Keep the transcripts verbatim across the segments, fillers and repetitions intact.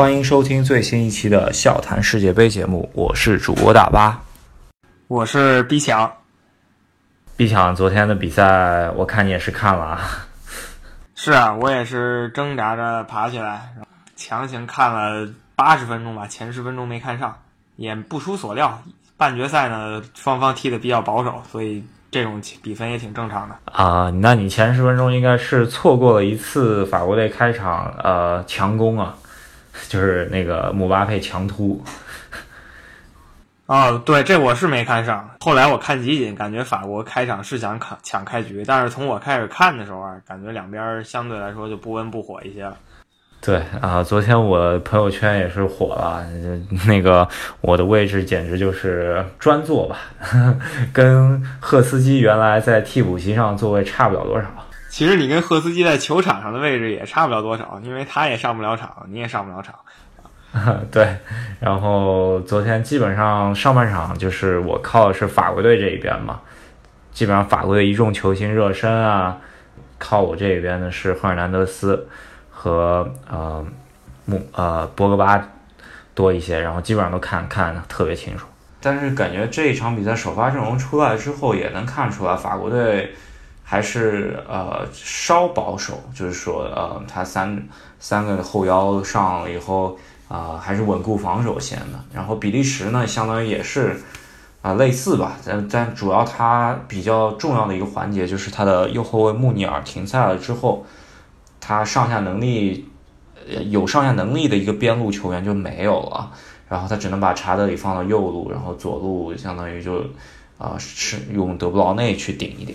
欢迎收听最新一期的笑谈世界杯节目，我是主播大巴， 我是逼强。 逼强，昨天的比赛我看你也是看了啊。 是啊，我也是挣扎着爬起来，强行看了八十分钟吧，前十分钟没看上，也不出所料，半决赛呢双方踢得比较保守，所以这种比分也挺正常的啊、呃。那你前十分钟应该是错过了一次法国队开场呃强攻啊，就是那个姆巴佩强突。 哦，对，这我是没看上。后来我看集锦，感觉法国开场是想抢抢开局，但是从我开始看的时候啊，感觉两边相对来说就不温不火一些了。 对啊、呃，昨天我朋友圈也是火了，那个我的位置简直就是专座吧，跟赫斯基原来在替补席上座位差不了多少。 其实你跟赫斯基在球场上的位置也差不了多少，因为他也上不了场，你也上不了场。 对，然后昨天基本上上半场就是我靠的是法国队这一边嘛，基本上法国队一众球星热身啊，靠我这边的是赫尔南德斯和呃穆呃博格巴多一些，然后基本上都看看得特别清楚。但是感觉这一场比赛首发阵容出来之后，也能看出来法国队还是呃稍保守，就是说呃他三三个后腰上了以后。啊、呃，还是稳固防守线的。然后比利时呢，相当于也是啊、呃、类似吧，但但主要他比较重要的一个环节就是他的右后卫穆尼尔停赛了之后，他上下能力有上下能力的一个边路球员就没有了，然后他只能把查德里放到右路，然后左路相当于就啊、呃、是用德布劳内去顶一顶。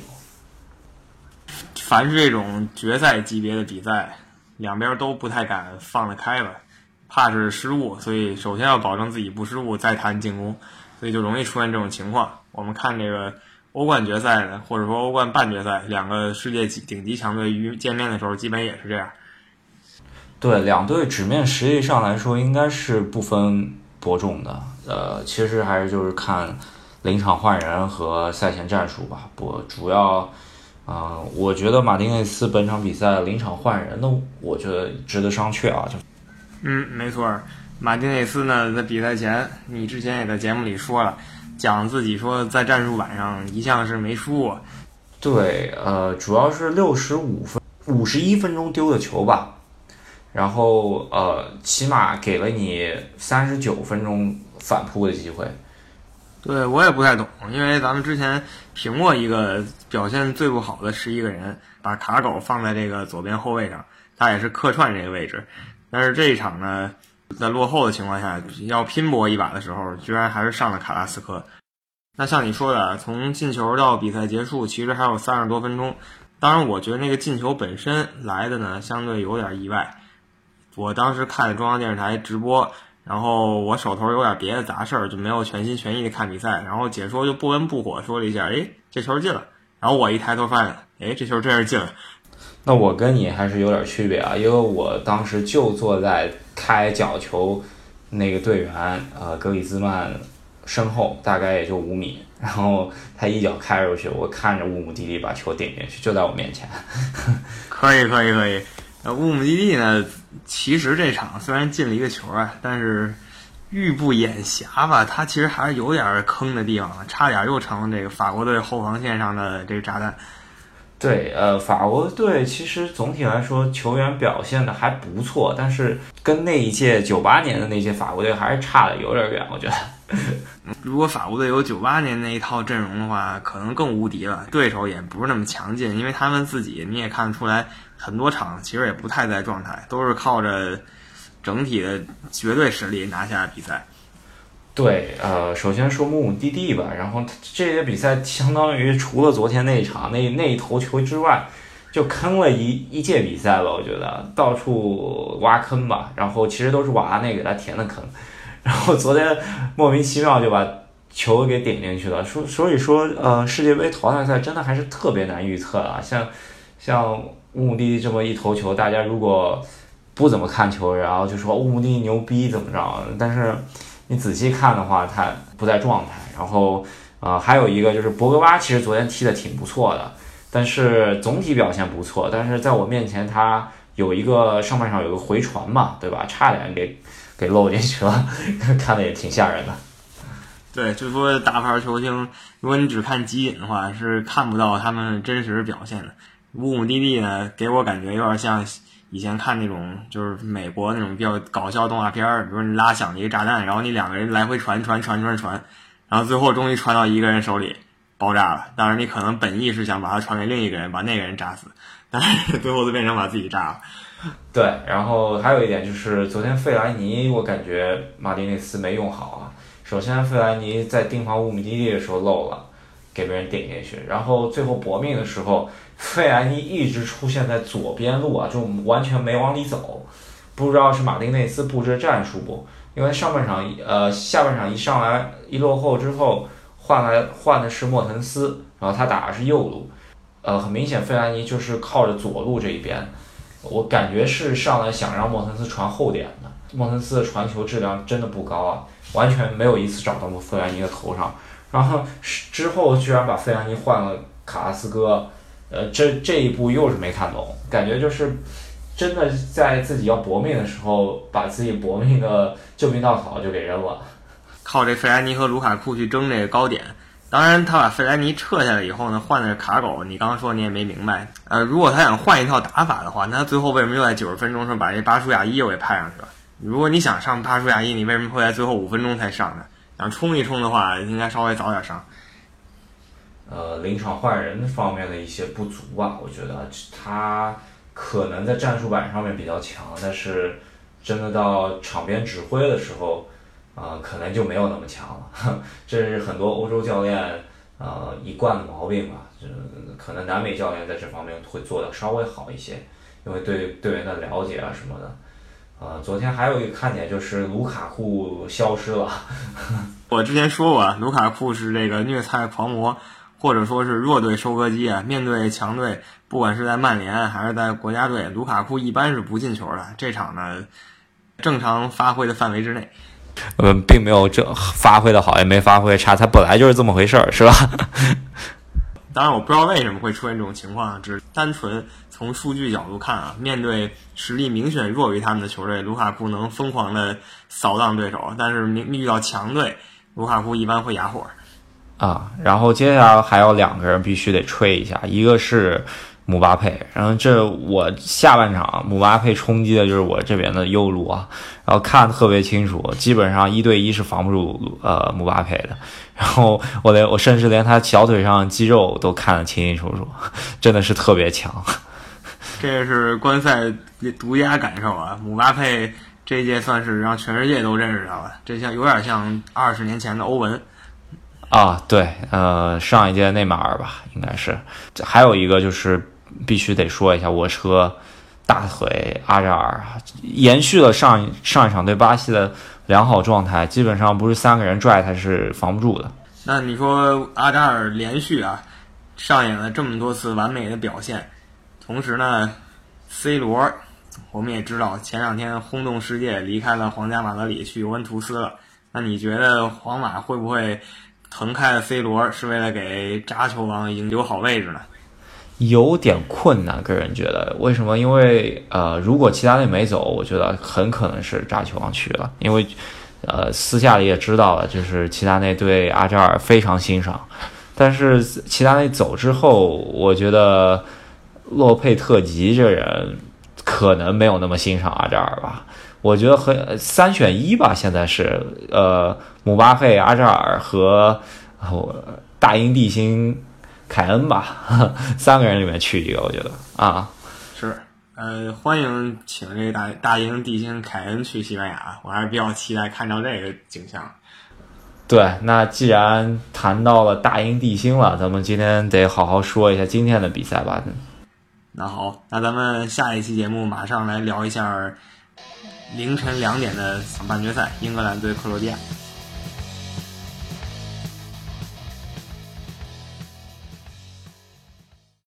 凡是这种决赛级别的比赛，两边都不太敢放得开了。怕是失误，所以首先要保证自己不失误，再谈进攻，所以就容易出现这种情况。我们看这个欧冠决赛呢，或者说欧冠半决赛，两个世界顶级强队遇见面的时候，基本也是这样。 对，两队纸面实力上来说，应该是不分伯仲的。呃，其实还是就是看临场换人和赛前战术吧。不，主要。啊、呃，我觉得马丁内斯本场比赛临场换人呢，我觉得值得商榷啊。就嗯，没错，马丁内斯呢，在比赛前，你之前也在节目里说了，讲自己说在战术板上一向是没输过。 对，呃，主要是六十五分、五十一分钟丢的球吧，然后呃，起码给了你三十九分钟反扑的机会。 对，我也不太懂，因为咱们之前评过一个表现最不好的十一个人，把卡狗放在这个左边后卫上，他也是客串这个位置。但是这一场呢，在落后的情况下，要拼搏一把的时候，居然还是上了卡拉斯科。那像你说的，从进球到比赛结束，其实还有三十多分钟。当然，我觉得那个进球本身来的呢，相对有点意外。我当时看的中央电视台直播，然后我手头有点别的杂事儿，就没有全心全意的看比赛。然后解说就不温不火说了一下，诶，这球进了。然后我一抬头发现，诶，这球真是进了。 那我跟你还是有点区别啊，因为我当时就坐在开角球那个队员呃格里兹曼身后，大概也就五米，然后他一脚开出去，我看着乌姆蒂蒂把球顶进去，就在我面前。 可以可以可以，呃，乌姆蒂蒂呢，其实这场虽然进了一个球啊，但是欲不掩瑕吧，他其实还是有点坑的地方，差点又成了这个法国队后防线上的这个炸弹。 对，呃，法国队其实总体来说球员表现的还不错，但是跟那一届九八年的那届法国队还是差的有点远，我觉得。 如果法国队有九八年那一套阵容的话，可能更无敌了，对手也不是那么强劲，因为他们自己你也看得出来，很多场其实也不太在状态，都是靠着整体的绝对实力拿下比赛。 对，呃，首先说姆姆蒂蒂吧，然后这些比赛相当于除了昨天那一场那那一头球之外，就坑了一一届比赛了，我觉得到处挖坑吧，然后其实都是瓦拉内给他填的坑，然后昨天莫名其妙就把球给顶进去了，所所以说呃，世界杯淘汰赛真的还是特别难预测啊，像像乌姆蒂蒂这么一头球，大家如果不怎么看球，然后就说乌姆蒂蒂牛逼怎么着，但是你仔细看的话，他不在状态。然后，呃，还有一个就是博格巴，其实昨天踢的挺不错的，但是总体表现不错。但是在我面前，他有一个上半场有个回传嘛，对吧？差点给给漏进去了，看的也挺吓人的。 对，就说大牌球星，如果你只看集锦的话，是看不到他们真实表现的。乌姆蒂蒂呢，给我感觉有点像以前看那种就是美国那种比较搞笑动画片儿，比如你拉响一个炸弹，然后你两个人来回传传传传传，然后最后终于传到一个人手里爆炸了。当然你可能本意是想把它传给另一个人，把那个人炸死，但是最后就变成把自己炸了。 对，然后还有一点就是昨天费莱尼，我感觉马丁内斯没用好啊。首先费莱尼在盯防乌姆蒂蒂的时候漏了，给别人顶进去，然后最后搏命的时候，费莱尼一直出现在左边路啊，就完全没往里走。不知道是马丁内斯布置的战术不？因为上半场呃下半场一上来一落后之后，换来换的是莫腾斯，然后他打的是右路，呃很明显费莱尼就是靠着左路这一边，我感觉是上来想让莫腾斯传后点的。莫腾斯的传球质量真的不高啊，完全没有一次找到过费莱尼的头上。然后之后居然把费兰尼换了卡拉斯哥，呃，这这一步又是没看懂，感觉就是真的在自己要搏命的时候，把自己搏命的救命稻草就给扔了， 靠这费兰尼和卢卡库去争这个高点。当然，他把费兰尼撤下来以后呢，换的是卡狗。你刚刚说你也没明白，呃，如果他想换一套打法的话，那他最后为什么又在九十分钟时候把这巴舒亚伊又给派上去了？如果你想上巴舒亚伊，你为什么会在最后五分钟才上呢？想冲一冲的话，应该稍微早点上。 呃，临场换人方面的一些不足吧，我觉得他可能在战术板上面比较强，但是真的到场边指挥的时候，呃，可能就没有那么强了。这是很多欧洲教练呃一贯的毛病吧，就可能南美教练在这方面会做得稍微好一些，因为对队员的了解啊什么的。呃，昨天还有一个看点就是卢卡库消失了。 我之前说过，卢卡库是这个虐菜狂魔，或者说是弱队收割机啊。面对强队，不管是在曼联还是在国家队，卢卡库一般是不进球的。这场呢，正常发挥的范围之内。 嗯，并没有这发挥的好，也没发挥差，他本来就是这么回事儿，是吧？ 当然，我不知道为什么会出现这种情况，只是单纯从数据角度看啊，面对实力明显弱于他们的球队，卢卡库能疯狂的扫荡对手，但是遇到强队，卢卡库一般会哑火。 啊，然后接下来还有两个人必须得吹一下，一个是姆巴佩，然后这我下半场姆巴佩冲击的就是我这边的右路啊，然后看得特别清楚，基本上一对一是防不住呃姆巴佩的，然后我连我甚至连他小腿上的肌肉都看得清清楚楚，真的是特别强。 这是观赛独家感受啊，姆巴佩这一届算是让全世界都认识他了，这像有点像二十年前的欧文。 啊，对，呃，上一届内马尔吧，应该是。还有一个就是必须得说一下，我车大腿阿扎尔延续了上上一场对巴西的良好状态，基本上不是三个人拽他是防不住的。 那你说阿扎尔连续啊上演了这么多次完美的表现，同时呢 C 罗我们也知道前两天轰动世界，离开了皇家马德里去尤文图斯了。那你觉得皇马会不会腾开了 C 罗是为了给扎球王赢留好位置呢？ 有点困难，个人觉得。为什么？因为呃，如果齐达内没走，我觉得很可能是扎球王去了，因为呃，私下里也知道了，就是齐达内对阿扎尔非常欣赏。但是齐达内走之后，我觉得洛佩特吉这人可能没有那么欣赏阿扎尔吧。我觉得和三选一吧，现在是呃姆巴佩、阿扎尔和、呃、大英帝星凯恩吧，呵呵三个人里面去一个，我觉得啊， 是呃欢迎请这个大大英帝星凯恩去西班牙，我还是比较期待看到这个景象。 对，那既然谈到了大英帝星了，咱们今天得好好说一下今天的比赛吧。 那好，那咱们下一期节目马上来聊一下凌晨两点的半决赛，英格兰对克罗地亚。